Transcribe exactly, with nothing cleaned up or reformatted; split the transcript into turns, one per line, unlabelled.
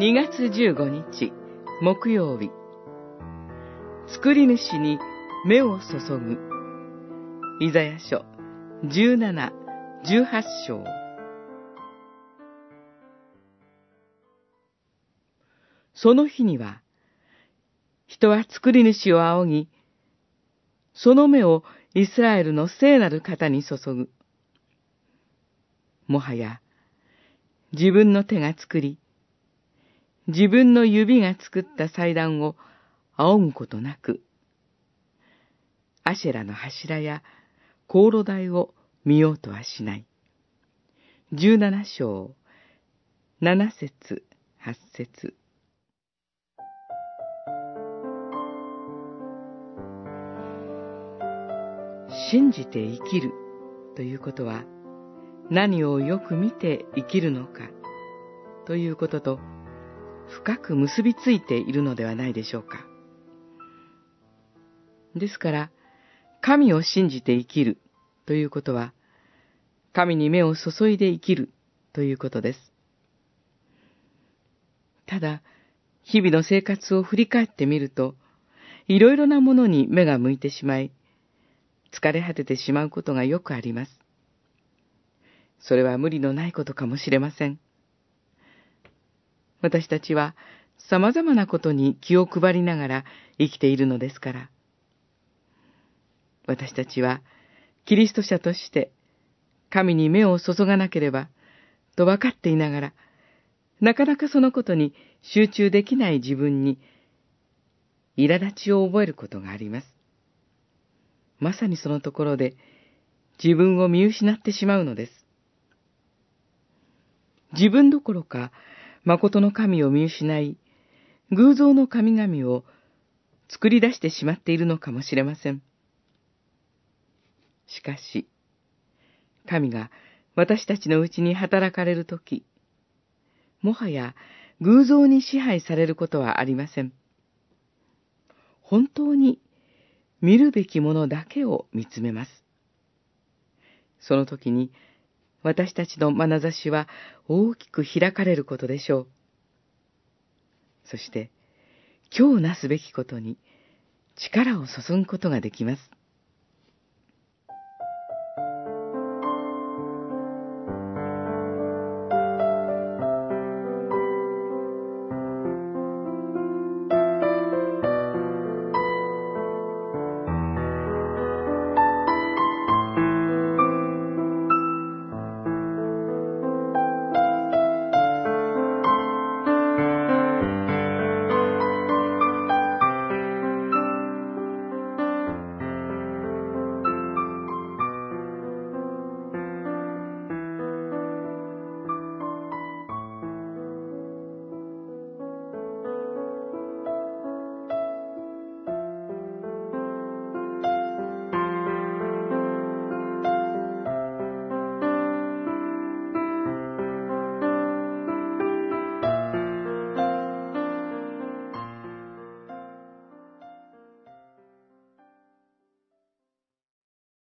にがつじゅうごにち木曜日、作り主に目を注ぐ。イザヤ書じゅうなな、じゅうはちしょう。その日には、人は作り主を仰ぎ、その目をイスラエルの聖なる方に注ぐ。もはや、自分の手が作り、自分の指が作った祭壇を仰ぐことなく、アシェラの柱や香炉台を見ようとはしない。じゅうななしょう、ななせつ、はっせつ。信じて生きるということは、何をよく見て生きるのかということと深く結びついているのではないでしょうか。ですから、神を信じて生きるということは、神に目を注いで生きるということです。ただ、日々の生活を振り返ってみると、いろいろなものに目が向いてしまい、疲れ果ててしまうことがよくあります。それは無理のないことかもしれません。私たちは様々なことに気を配りながら生きているのですから。私たちはキリスト者として神に目を注がなければと分かっていながら、なかなかそのことに集中できない自分に苛立ちを覚えることがあります。まさにそのところで自分を見失ってしまうのです。自分どころか、誠の神を見失い、偶像の神々を作り出してしまっているのかもしれません。しかし、神が私たちのうちに働かれるとき、もはや偶像に支配されることはありません。本当に見るべきものだけを見つめます。その時に、私たちの眼差しは大きく開かれることでしょう。そして、今日なすべきことに力を注ぐことができます。